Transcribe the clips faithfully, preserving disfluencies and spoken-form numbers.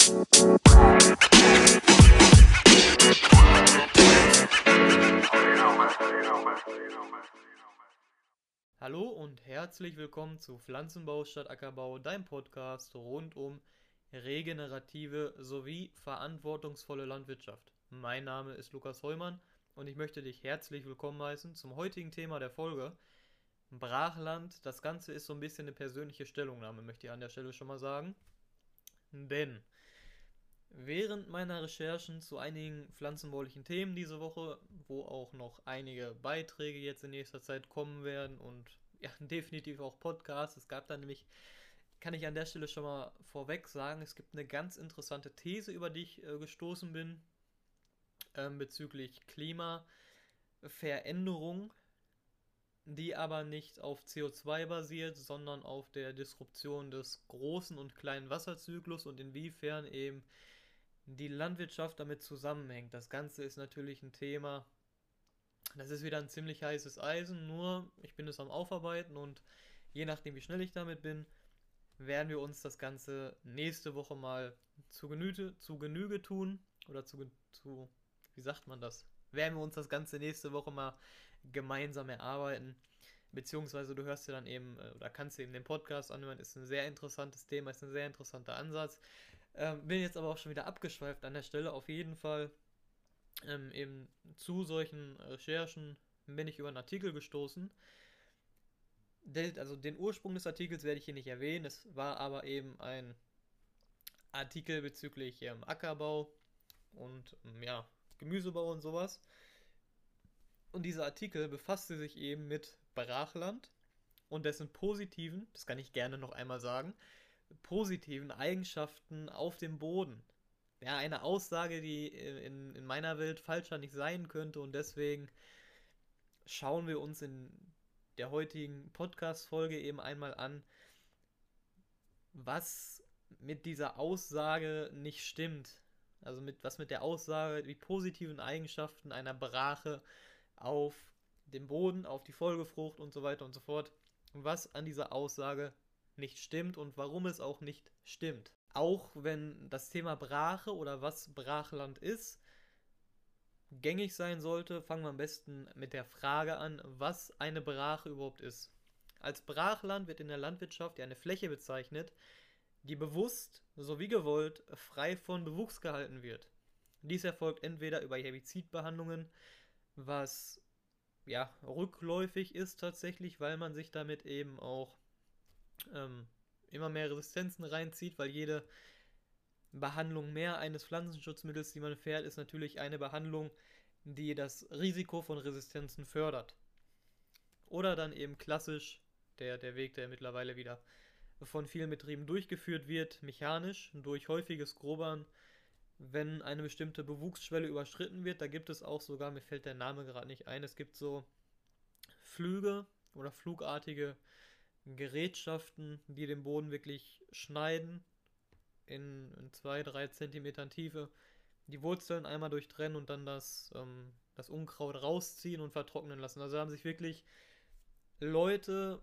Hallo und herzlich willkommen zu Pflanzenbau statt Ackerbau, dein Podcast rund um regenerative sowie verantwortungsvolle Landwirtschaft. Mein Name ist Lukas Heumann und ich möchte dich herzlich willkommen heißen zum heutigen Thema der Folge. Brachland, das Ganze ist so ein bisschen eine persönliche Stellungnahme, möchte ich an der Stelle schon mal sagen. Denn während meiner Recherchen zu einigen pflanzenbaulichen Themen diese Woche, wo auch noch einige Beiträge jetzt in nächster Zeit kommen werden und ja, definitiv auch Podcasts. Es gab da nämlich, kann ich an der Stelle schon mal vorweg sagen, es gibt eine ganz interessante These, über die ich äh, gestoßen bin, ähm, bezüglich Klimaveränderung, die aber nicht auf C O zwei basiert, sondern auf der Disruption des großen und kleinen Wasserzyklus und inwiefern eben die Landwirtschaft damit zusammenhängt. Das Ganze ist natürlich ein Thema, das ist wieder ein ziemlich heißes Eisen, nur ich bin es am Aufarbeiten und je nachdem wie schnell ich damit bin, werden wir uns das Ganze nächste Woche mal zu Genüge, zu Genüge tun oder zu, zu, wie sagt man das? Werden wir uns das Ganze nächste Woche mal gemeinsam erarbeiten. Beziehungsweise du hörst dir dann eben, oder kannst dir eben den Podcast anhören, ist ein sehr interessantes Thema, ist ein sehr interessanter Ansatz. Ähm, bin jetzt aber auch schon wieder abgeschweift an der Stelle. Auf jeden Fall ähm, eben zu solchen Recherchen bin ich über einen Artikel gestoßen. Der, also den Ursprung des Artikels werde ich hier nicht erwähnen. Es war aber eben ein Artikel bezüglich ähm, Ackerbau und ähm, ja, Gemüsebau und sowas. Und dieser Artikel befasste sich eben mit Brachland und dessen positiven, das kann ich gerne noch einmal sagen, positiven Eigenschaften auf dem Boden. Ja, eine Aussage, die in, in meiner Welt falscher nicht sein könnte und deswegen schauen wir uns in der heutigen Podcast-Folge eben einmal an, was mit dieser Aussage nicht stimmt. Also mit, was mit der Aussage, die positiven Eigenschaften einer Brache auf dem Boden, auf die Folgefrucht und so weiter und so fort, was an dieser Aussage nicht stimmt und warum es auch nicht stimmt. Auch wenn das Thema Brache oder was Brachland ist, gängig sein sollte, fangen wir am besten mit der Frage an, was eine Brache überhaupt ist. Als Brachland wird in der Landwirtschaft ja eine Fläche bezeichnet, die bewusst sowie gewollt frei von Bewuchs gehalten wird. Dies erfolgt entweder über Herbizidbehandlungen, was ja rückläufig ist tatsächlich, weil man sich damit eben auch ähm, immer mehr Resistenzen reinzieht, weil jede Behandlung mehr eines Pflanzenschutzmittels, die man fährt, ist natürlich eine Behandlung, die das Risiko von Resistenzen fördert. Oder dann eben klassisch der, der Weg, der mittlerweile wieder von vielen Betrieben durchgeführt wird, mechanisch, durch häufiges Grobern, wenn eine bestimmte Bewuchsschwelle überschritten wird. Da gibt es auch sogar, mir fällt der Name gerade nicht ein, es gibt so Flüge oder flugartige Gerätschaften, die den Boden wirklich schneiden in, in zwei, drei Zentimetern Tiefe, die Wurzeln einmal durchtrennen und dann das, ähm, das Unkraut rausziehen und vertrocknen lassen. Also haben sich wirklich Leute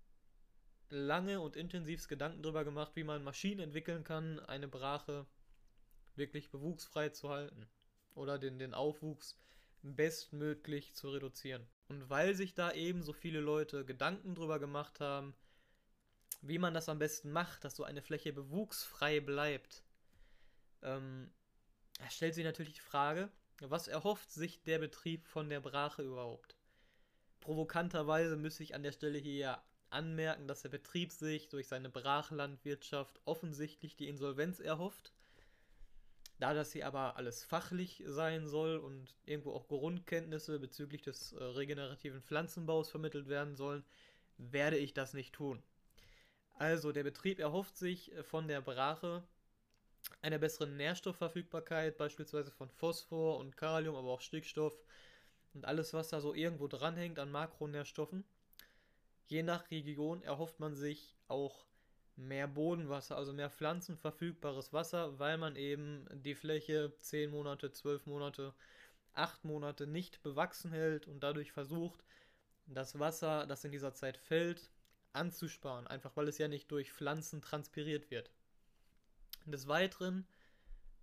lange und intensiv Gedanken darüber gemacht, wie man Maschinen entwickeln kann, eine Brache wirklich bewuchsfrei zu halten oder den, den Aufwuchs bestmöglich zu reduzieren. Und weil sich da eben so viele Leute Gedanken drüber gemacht haben, wie man das am besten macht, dass so eine Fläche bewuchsfrei bleibt, ähm, stellt sich natürlich die Frage, was erhofft sich der Betrieb von der Brache überhaupt? Provokanterweise müsste ich an der Stelle hier ja anmerken, dass der Betrieb sich durch seine Brachlandwirtschaft offensichtlich die Insolvenz erhofft. Da das hier aber alles fachlich sein soll und irgendwo auch Grundkenntnisse bezüglich des äh, regenerativen Pflanzenbaus vermittelt werden sollen, werde ich das nicht tun. Also der Betrieb erhofft sich von der Brache eine bessere Nährstoffverfügbarkeit, beispielsweise von Phosphor und Kalium, aber auch Stickstoff und alles, was da so irgendwo dranhängt an Makronährstoffen. Je nach Region erhofft man sich auch mehr Bodenwasser, also mehr pflanzenverfügbares Wasser, weil man eben die Fläche zehn Monate, zwölf Monate, acht Monate nicht bewachsen hält und dadurch versucht, das Wasser, das in dieser Zeit fällt, anzusparen, einfach weil es ja nicht durch Pflanzen transpiriert wird. Des Weiteren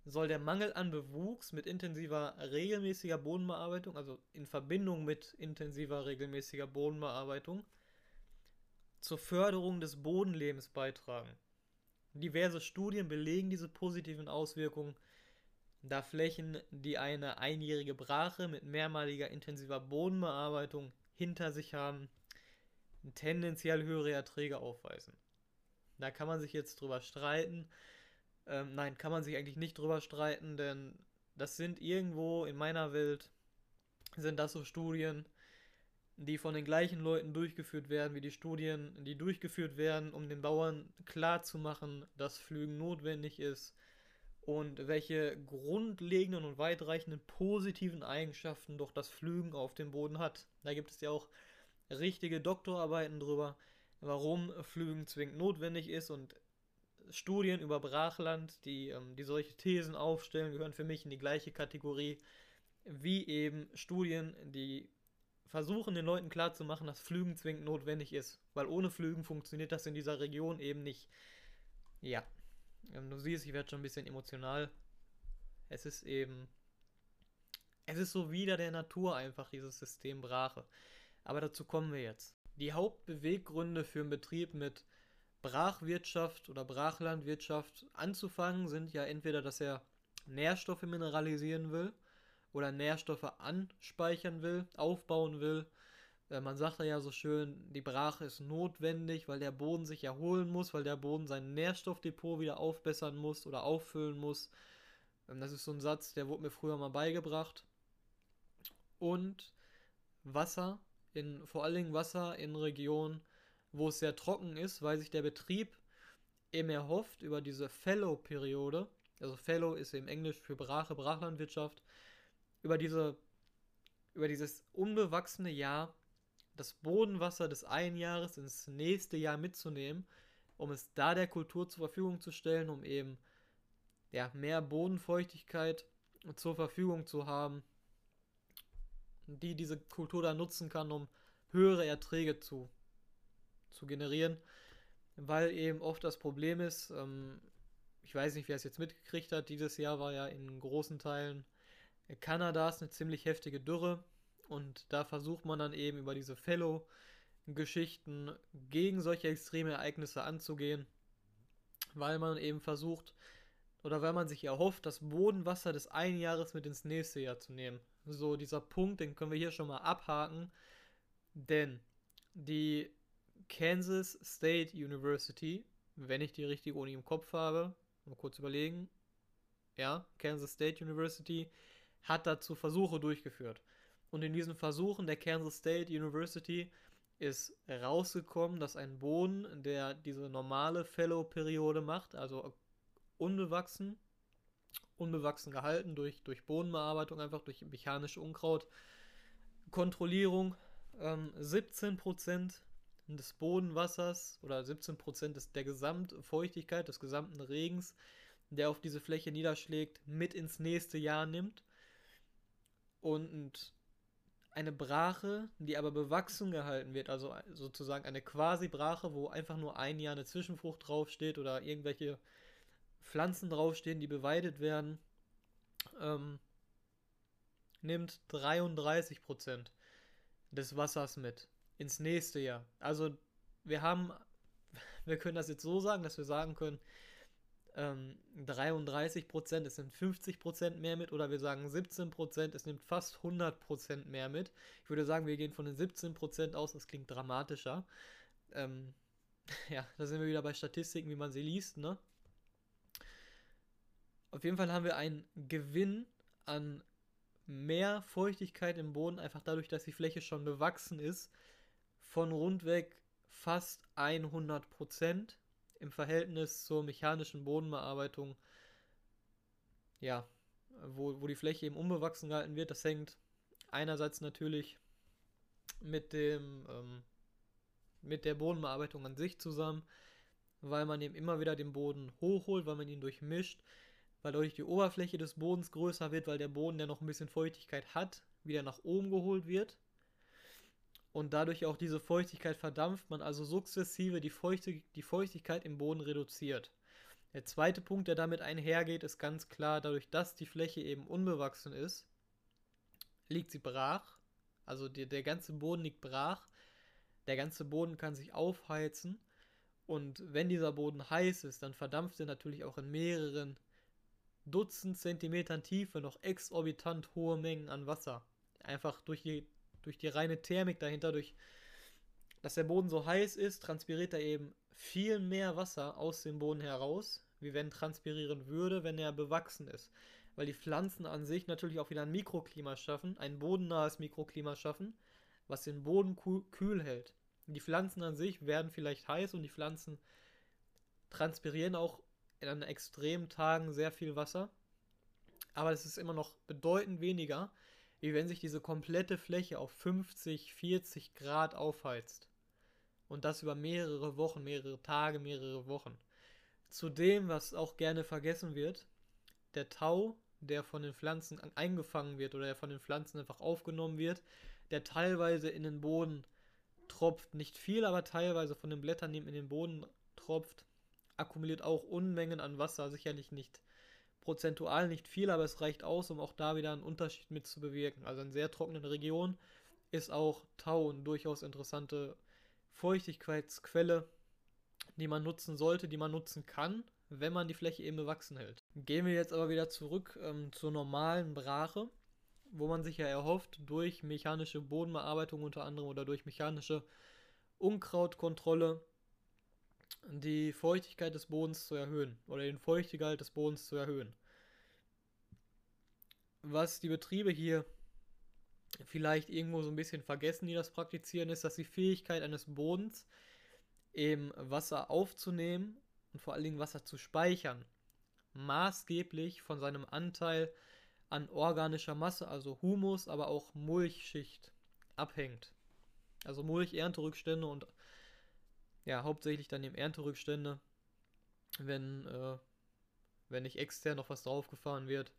soll der Mangel an Bewuchs mit intensiver regelmäßiger Bodenbearbeitung, also in Verbindung mit intensiver regelmäßiger Bodenbearbeitung, zur Förderung des Bodenlebens beitragen. Diverse Studien belegen diese positiven Auswirkungen, da Flächen, die eine einjährige Brache mit mehrmaliger intensiver Bodenbearbeitung hinter sich haben, tendenziell höhere Erträge aufweisen. Da kann man sich jetzt drüber streiten. Ähm, nein, kann man sich eigentlich nicht drüber streiten, denn das sind irgendwo in meiner Welt, sind das so Studien, die von den gleichen Leuten durchgeführt werden, wie die Studien, die durchgeführt werden, um den Bauern klarzumachen, dass Pflügen notwendig ist und welche grundlegenden und weitreichenden positiven Eigenschaften doch das Pflügen auf dem Boden hat. Da gibt es ja auch richtige Doktorarbeiten drüber, warum Pflügen zwingend notwendig ist, und Studien über Brachland, die, ähm, die solche Thesen aufstellen, gehören für mich in die gleiche Kategorie wie eben Studien, die versuchen den Leuten klarzumachen, dass Pflügen zwingend notwendig ist, weil ohne Pflügen funktioniert das in dieser Region eben nicht. Ja, ähm, du siehst, ich werde schon ein bisschen emotional. Es ist eben, es ist so wieder der Natur einfach, dieses System Brache. Aber dazu kommen wir jetzt. Die Hauptbeweggründe für einen Betrieb mit Brachwirtschaft oder Brachlandwirtschaft anzufangen sind ja entweder, dass er Nährstoffe mineralisieren will oder Nährstoffe anspeichern will, aufbauen will. Äh, man sagt ja so schön, die Brache ist notwendig, weil der Boden sich erholen muss, weil der Boden sein Nährstoffdepot wieder aufbessern muss oder auffüllen muss. Ähm, das ist so ein Satz, der wurde mir früher mal beigebracht. Und Wasser, in, vor allen Dingen Wasser in Regionen, wo es sehr trocken ist, weil sich der Betrieb eben erhofft über diese Fallow-Periode, also Fallow ist im Englisch für Brache, Brachlandwirtschaft, über diese, über dieses unbewachsene Jahr das Bodenwasser des einen Jahres ins nächste Jahr mitzunehmen, um es da der Kultur zur Verfügung zu stellen, um eben ja, mehr Bodenfeuchtigkeit zur Verfügung zu haben, die diese Kultur dann nutzen kann, um höhere Erträge zu, zu generieren, weil eben oft das Problem ist, ähm, ich weiß nicht, wer es jetzt mitgekriegt hat, dieses Jahr war ja in großen Teilen Kanadas eine ziemlich heftige Dürre, und da versucht man dann eben über diese Fellow-Geschichten gegen solche extreme Ereignisse anzugehen, weil man eben versucht oder weil man sich erhofft, das Bodenwasser des einen Jahres mit ins nächste Jahr zu nehmen. So, dieser Punkt, den können wir hier schon mal abhaken, denn die Kansas State University, wenn ich die richtige Uni im Kopf habe, mal kurz überlegen, ja, Kansas State University hat dazu Versuche durchgeführt. Und in diesen Versuchen der Kansas State University ist rausgekommen, dass ein Boden, der diese normale Fallow-Periode macht, also unbewachsen, unbewachsen gehalten durch, durch Bodenbearbeitung, einfach durch mechanische Unkrautkontrollierung, ähm, siebzehn Prozent des Bodenwassers oder siebzehn Prozent des, der Gesamtfeuchtigkeit, des gesamten Regens, der auf diese Fläche niederschlägt, mit ins nächste Jahr nimmt. Und eine Brache, die aber bewachsen gehalten wird, also sozusagen eine Quasi-Brache, wo einfach nur ein Jahr eine Zwischenfrucht draufsteht oder irgendwelche Pflanzen draufstehen, die beweidet werden, ähm, nimmt dreiunddreißig Prozent des Wassers mit ins nächste Jahr. Also wir haben, wir können das jetzt so sagen, dass wir sagen können, ähm, dreiunddreißig Prozent, es nimmt fünfzig Prozent mehr mit, oder wir sagen siebzehn Prozent, es nimmt fast hundert Prozent mehr mit. Ich würde sagen, wir gehen von den siebzehn Prozent aus, das klingt dramatischer. Ähm, ja, da sind wir wieder bei Statistiken, wie man sie liest, ne? Auf jeden Fall haben wir einen Gewinn an mehr Feuchtigkeit im Boden, einfach dadurch, dass die Fläche schon bewachsen ist, von rundweg fast hundert Prozent im Verhältnis zur mechanischen Bodenbearbeitung, ja, wo, wo die Fläche eben unbewachsen gehalten wird. Das hängt einerseits natürlich mit dem ähm, mit der Bodenbearbeitung an sich zusammen, weil man eben immer wieder den Boden hochholt, weil man ihn durchmischt, weil dadurch die Oberfläche des Bodens größer wird, weil der Boden, der noch ein bisschen Feuchtigkeit hat, wieder nach oben geholt wird. Und dadurch auch diese Feuchtigkeit verdampft, man also sukzessive die, Feuchtig die Feuchtigkeit im Boden reduziert. Der zweite Punkt, der damit einhergeht, ist ganz klar, dadurch, dass die Fläche eben unbewachsen ist, liegt sie brach. Also die, der ganze Boden liegt brach. Der ganze Boden kann sich aufheizen. Und wenn dieser Boden heiß ist, dann verdampft er natürlich auch in mehreren Dutzend Zentimetern Tiefe noch exorbitant hohe Mengen an Wasser. Einfach durch die, durch die reine Thermik dahinter, durch dass der Boden so heiß ist, transpiriert er eben viel mehr Wasser aus dem Boden heraus, wie wenn transpirieren würde, wenn er bewachsen ist. Weil die Pflanzen an sich natürlich auch wieder ein Mikroklima schaffen, ein bodennahes Mikroklima schaffen, was den Boden kühl hält. Die Pflanzen an sich werden vielleicht heiß und die Pflanzen transpirieren auch an extremen Tagen sehr viel Wasser. Aber es ist immer noch bedeutend weniger, wie wenn sich diese komplette Fläche auf fünfzig, vierzig Grad aufheizt. Und das über mehrere Wochen, mehrere Tage, mehrere Wochen. Zudem, was auch gerne vergessen wird, der Tau, der von den Pflanzen eingefangen wird oder der von den Pflanzen einfach aufgenommen wird, der teilweise in den Boden tropft, nicht viel, aber teilweise von den Blättern, die in den Boden tropft, akkumuliert auch Unmengen an Wasser, sicherlich nicht prozentual nicht viel, aber es reicht aus, um auch da wieder einen Unterschied mit zu bewirken. Also in sehr trockenen Regionen ist auch Tau eine durchaus interessante Feuchtigkeitsquelle, die man nutzen sollte, die man nutzen kann, wenn man die Fläche eben bewachsen hält. Gehen wir jetzt aber wieder zurück ähm, zur normalen Brache, wo man sich ja erhofft, durch mechanische Bodenbearbeitung unter anderem oder durch mechanische Unkrautkontrolle die Feuchtigkeit des Bodens zu erhöhen oder den Feuchtegehalt des Bodens zu erhöhen. Was die Betriebe hier vielleicht irgendwo so ein bisschen vergessen, die das praktizieren, ist, dass die Fähigkeit eines Bodens, eben Wasser aufzunehmen und vor allen Dingen Wasser zu speichern, maßgeblich von seinem Anteil an organischer Masse, also Humus, aber auch Mulchschicht abhängt. Also Mulch, Ernterückstände und ja, hauptsächlich dann eben Ernterückstände, wenn, äh, wenn nicht extern noch was draufgefahren wird,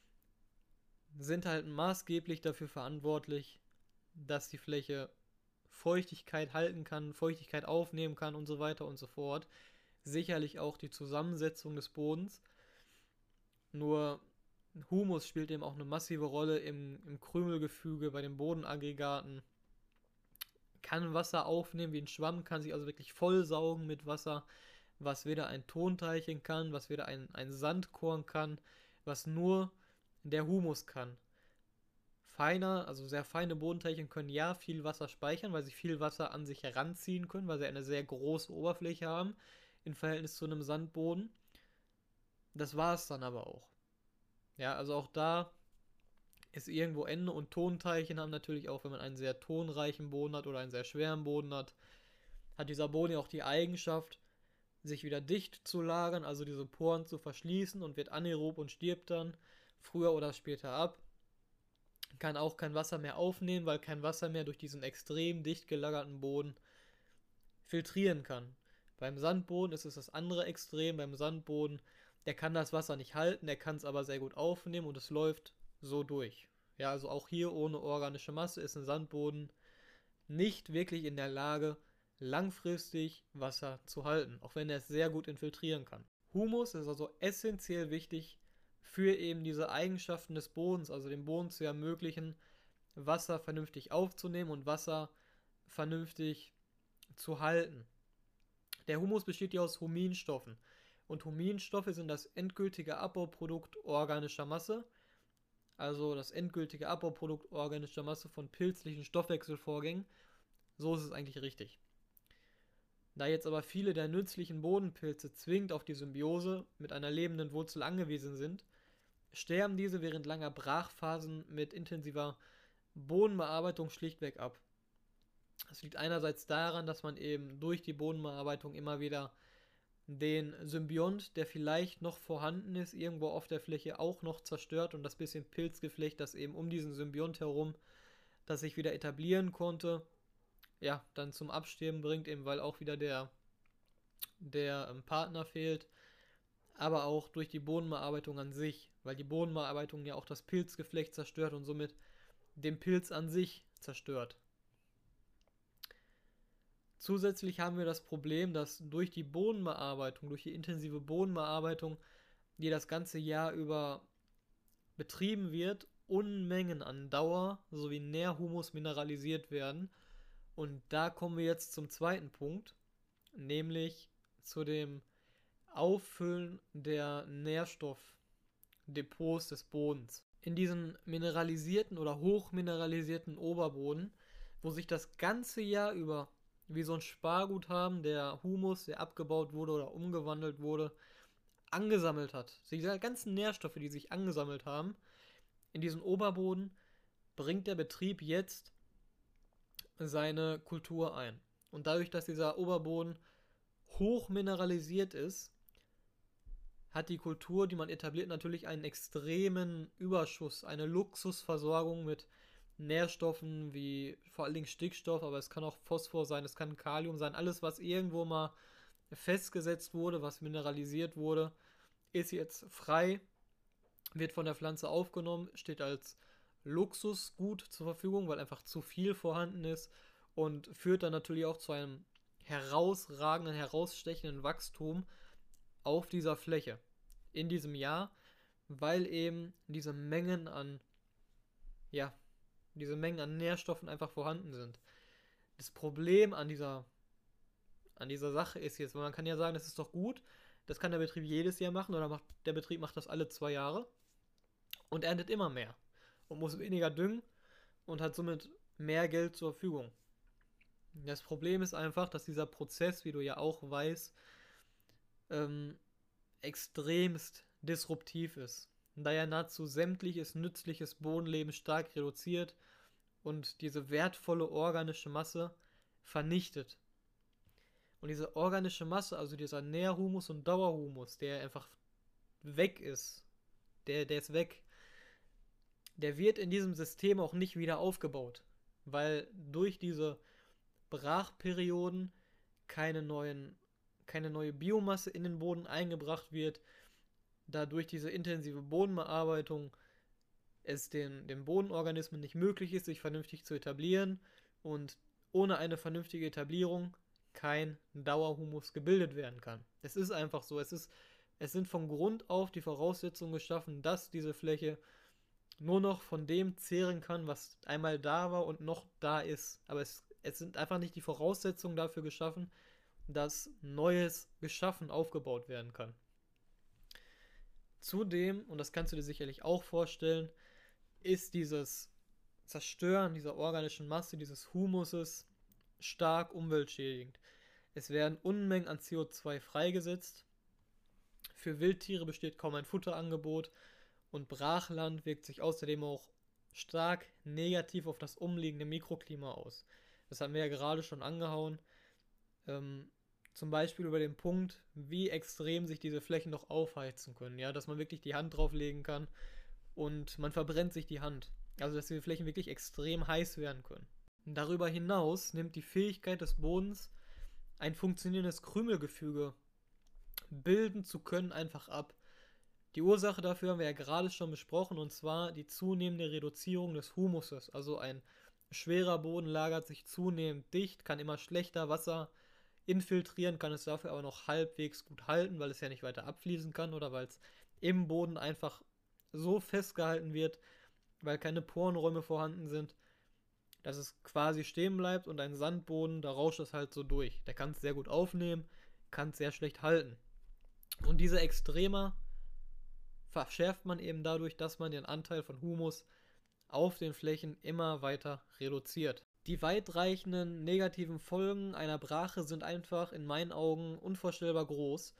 sind halt maßgeblich dafür verantwortlich, dass die Fläche Feuchtigkeit halten kann, Feuchtigkeit aufnehmen kann und so weiter und so fort. Sicherlich auch die Zusammensetzung des Bodens. Nur Humus spielt eben auch eine massive Rolle im, im Krümelgefüge bei den Bodenaggregaten. Kann Wasser aufnehmen wie ein Schwamm, kann sich also wirklich vollsaugen mit Wasser, was weder ein Tonteilchen kann, was weder ein, ein Sandkorn kann, was nur der Humus kann. Feiner, also sehr feine Bodenteilchen können ja viel Wasser speichern, weil sie viel Wasser an sich heranziehen können, weil sie eine sehr große Oberfläche haben im Verhältnis zu einem Sandboden. Das war es dann aber auch. Ja, also auch da ist irgendwo Ende und Tonteilchen haben natürlich auch, wenn man einen sehr tonreichen Boden hat oder einen sehr schweren Boden hat, hat dieser Boden ja auch die Eigenschaft, sich wieder dicht zu lagern, also diese Poren zu verschließen und wird anaerob und stirbt dann früher oder später ab. Kann auch kein Wasser mehr aufnehmen, weil kein Wasser mehr durch diesen extrem dicht gelagerten Boden filtrieren kann. Beim Sandboden ist es das andere Extrem. Beim Sandboden, der kann das Wasser nicht halten, der kann es aber sehr gut aufnehmen und es läuft so durch. Ja, also auch hier ohne organische Masse ist ein Sandboden nicht wirklich in der Lage, langfristig Wasser zu halten, auch wenn er es sehr gut infiltrieren kann. Humus ist also essentiell wichtig für eben diese Eigenschaften des Bodens, also dem Boden zu ermöglichen, Wasser vernünftig aufzunehmen und Wasser vernünftig zu halten. Der Humus besteht ja aus Huminstoffen und Huminstoffe sind das endgültige Abbauprodukt organischer Masse, also das endgültige Abbauprodukt organischer Masse von pilzlichen Stoffwechselvorgängen. So ist es eigentlich richtig. Da jetzt aber viele der nützlichen Bodenpilze zwingend auf die Symbiose mit einer lebenden Wurzel angewiesen sind, sterben diese während langer Brachphasen mit intensiver Bodenbearbeitung schlichtweg ab. Das liegt einerseits daran, dass man eben durch die Bodenbearbeitung immer wieder den Symbiont, der vielleicht noch vorhanden ist, irgendwo auf der Fläche auch noch zerstört und das bisschen Pilzgeflecht, das eben um diesen Symbiont herum, das sich wieder etablieren konnte, ja, dann zum Absterben bringt, eben weil auch wieder der, der ähm, Partner fehlt, aber auch durch die Bodenbearbeitung an sich, weil die Bodenbearbeitung ja auch das Pilzgeflecht zerstört und somit den Pilz an sich zerstört. Zusätzlich haben wir das Problem, dass durch die Bodenbearbeitung, durch die intensive Bodenbearbeitung, die das ganze Jahr über betrieben wird, Unmengen an Dauer sowie Nährhumus mineralisiert werden. Und da kommen wir jetzt zum zweiten Punkt, nämlich zu dem Auffüllen der Nährstoffdepots des Bodens. In diesen mineralisierten oder hochmineralisierten Oberboden, wo sich das ganze Jahr über wie so ein Sparguthaben der Humus, der abgebaut wurde oder umgewandelt wurde, angesammelt hat. Diese ganzen Nährstoffe, die sich angesammelt haben, in diesen Oberboden bringt der Betrieb jetzt seine Kultur ein. Und dadurch, dass dieser Oberboden hoch mineralisiert ist, hat die Kultur, die man etabliert, natürlich einen extremen Überschuss, eine Luxusversorgung mit Nährstoffen wie vor allen Dingen Stickstoff, aber es kann auch Phosphor sein, es kann Kalium sein, alles, was irgendwo mal festgesetzt wurde, was mineralisiert wurde, ist jetzt frei, wird von der Pflanze aufgenommen, steht als Luxusgut zur Verfügung, weil einfach zu viel vorhanden ist und führt dann natürlich auch zu einem herausragenden, herausstechenden Wachstum auf dieser Fläche in diesem Jahr, weil eben diese Mengen an, ja, diese Mengen an Nährstoffen einfach vorhanden sind. Das Problem an dieser, an dieser Sache ist jetzt, weil man kann ja sagen, das ist doch gut, das kann der Betrieb jedes Jahr machen oder macht, der Betrieb macht das alle zwei Jahre und erntet immer mehr und muss weniger düngen und hat somit mehr Geld zur Verfügung. Das Problem ist einfach, dass dieser Prozess, wie du ja auch weißt, ähm, extremst disruptiv ist, da er nahezu sämtliches nützliches Bodenleben stark reduziert und diese wertvolle organische Masse vernichtet. Und diese organische Masse, also dieser Nährhumus und Dauerhumus, der einfach weg ist, der, der ist weg, der wird in diesem System auch nicht wieder aufgebaut, weil durch diese Brachperioden keine neuen, keine neue Biomasse in den Boden eingebracht wird, da durch diese intensive Bodenbearbeitung es den, den Bodenorganismen nicht möglich ist, sich vernünftig zu etablieren und ohne eine vernünftige Etablierung kein Dauerhumus gebildet werden kann. Es ist einfach so, es, ist, es sind von Grund auf die Voraussetzungen geschaffen, dass diese Fläche nur noch von dem zehren kann, was einmal da war und noch da ist. Aber es, es sind einfach nicht die Voraussetzungen dafür geschaffen, dass Neues geschaffen, aufgebaut werden kann. Zudem, und das kannst du dir sicherlich auch vorstellen, ist dieses Zerstören dieser organischen Masse, dieses Humuses, stark umweltschädigend. Es werden Unmengen an C O zwei freigesetzt. Für Wildtiere besteht kaum ein Futterangebot und Brachland wirkt sich außerdem auch stark negativ auf das umliegende Mikroklima aus. Das haben wir ja gerade schon angehauen. Ähm, zum Beispiel über den Punkt, wie extrem sich diese Flächen noch aufheizen können. Ja, dass man wirklich die Hand drauflegen kann und man verbrennt sich die Hand. Also dass diese Flächen wirklich extrem heiß werden können. Darüber hinaus nimmt die Fähigkeit des Bodens, ein funktionierendes Krümelgefüge bilden zu können, einfach ab. Die Ursache dafür haben wir ja gerade schon besprochen, und zwar die zunehmende Reduzierung des Humuses. Also ein schwerer Boden lagert sich zunehmend dicht, kann immer schlechter Wasser infiltrieren, kann es dafür aber noch halbwegs gut halten, weil es ja nicht weiter abfließen kann oder weil es im Boden einfach so festgehalten wird, weil keine Porenräume vorhanden sind, dass es quasi stehen bleibt, und ein Sandboden, da rauscht es halt so durch. Der kann es sehr gut aufnehmen, kann es sehr schlecht halten. Und diese Extrema verschärft man eben dadurch, dass man den Anteil von Humus auf den Flächen immer weiter reduziert. Die weitreichenden negativen Folgen einer Brache sind einfach in meinen Augen unvorstellbar groß,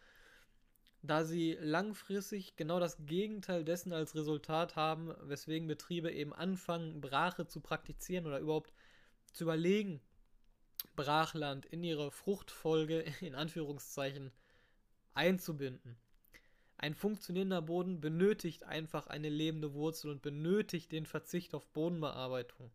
da sie langfristig genau das Gegenteil dessen als Resultat haben, weswegen Betriebe eben anfangen, Brache zu praktizieren oder überhaupt zu überlegen, Brachland in ihre Fruchtfolge in Anführungszeichen einzubinden. Ein funktionierender Boden benötigt einfach eine lebende Wurzel und benötigt den Verzicht auf Bodenbearbeitung.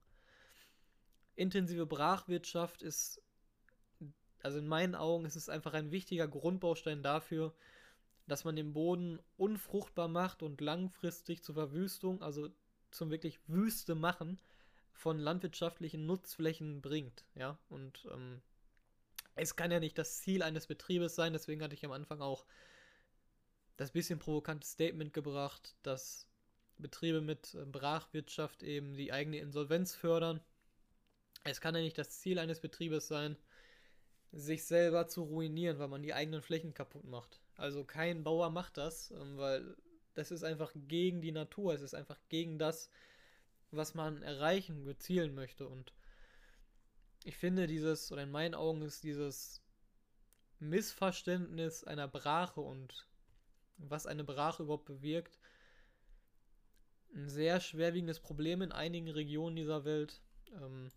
Intensive Brachwirtschaft ist, also in meinen Augen, ist es einfach ein wichtiger Grundbaustein dafür, dass man den Boden unfruchtbar macht und langfristig zur Verwüstung, also zum wirklich Wüste machen von landwirtschaftlichen Nutzflächen bringt. Ja? Und ähm, Es kann ja nicht das Ziel eines Betriebes sein, deswegen hatte ich am Anfang auch das bisschen provokante Statement gebracht, dass Betriebe mit Brachwirtschaft eben die eigene Insolvenz fördern. Es kann ja nicht das Ziel eines Betriebes sein, sich selber zu ruinieren, weil man die eigenen Flächen kaputt macht. Also kein Bauer macht das, weil das ist einfach gegen die Natur, es ist einfach gegen das, was man erreichen, bezielen möchte. Und ich finde dieses, oder in meinen Augen ist dieses Missverständnis einer Brache und was eine Brache überhaupt bewirkt, ein sehr schwerwiegendes Problem in einigen Regionen dieser Welt, ähm,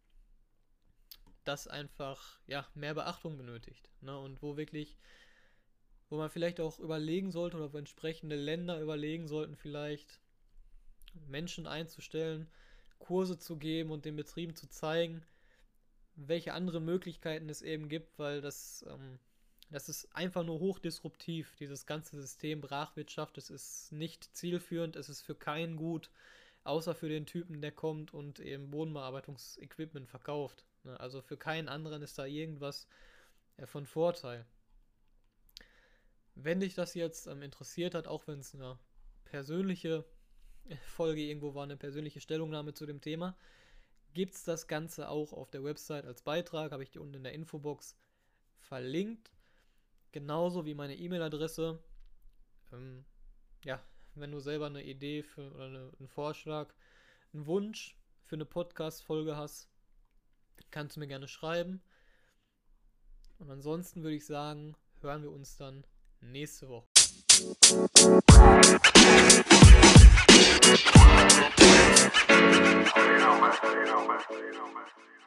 das einfach ja, mehr Beachtung benötigt. Ne? Und wo wirklich, wo man vielleicht auch überlegen sollte, oder wo entsprechende Länder überlegen sollten, vielleicht Menschen einzustellen, Kurse zu geben und den Betrieben zu zeigen, welche andere Möglichkeiten es eben gibt, weil das, ähm, das ist einfach nur hochdisruptiv, dieses ganze System Brachwirtschaft. Es ist nicht zielführend, es ist für keinen gut, außer für den Typen, der kommt und eben Bodenbearbeitungsequipment verkauft. Ne? Also für keinen anderen ist da irgendwas äh, von Vorteil. Wenn dich das jetzt ähm, interessiert hat, auch wenn es eine persönliche Folge irgendwo war, eine persönliche Stellungnahme zu dem Thema, gibt es das Ganze auch auf der Website als Beitrag, habe ich dir unten in der Infobox verlinkt. Genauso wie meine E-Mail-Adresse. Ähm, ja, wenn du selber eine Idee für, oder eine, einen Vorschlag, einen Wunsch für eine Podcast-Folge hast, kannst du mir gerne schreiben. Und ansonsten würde ich sagen, hören wir uns dann nächste Woche. You know, man. You know, man. You know, man.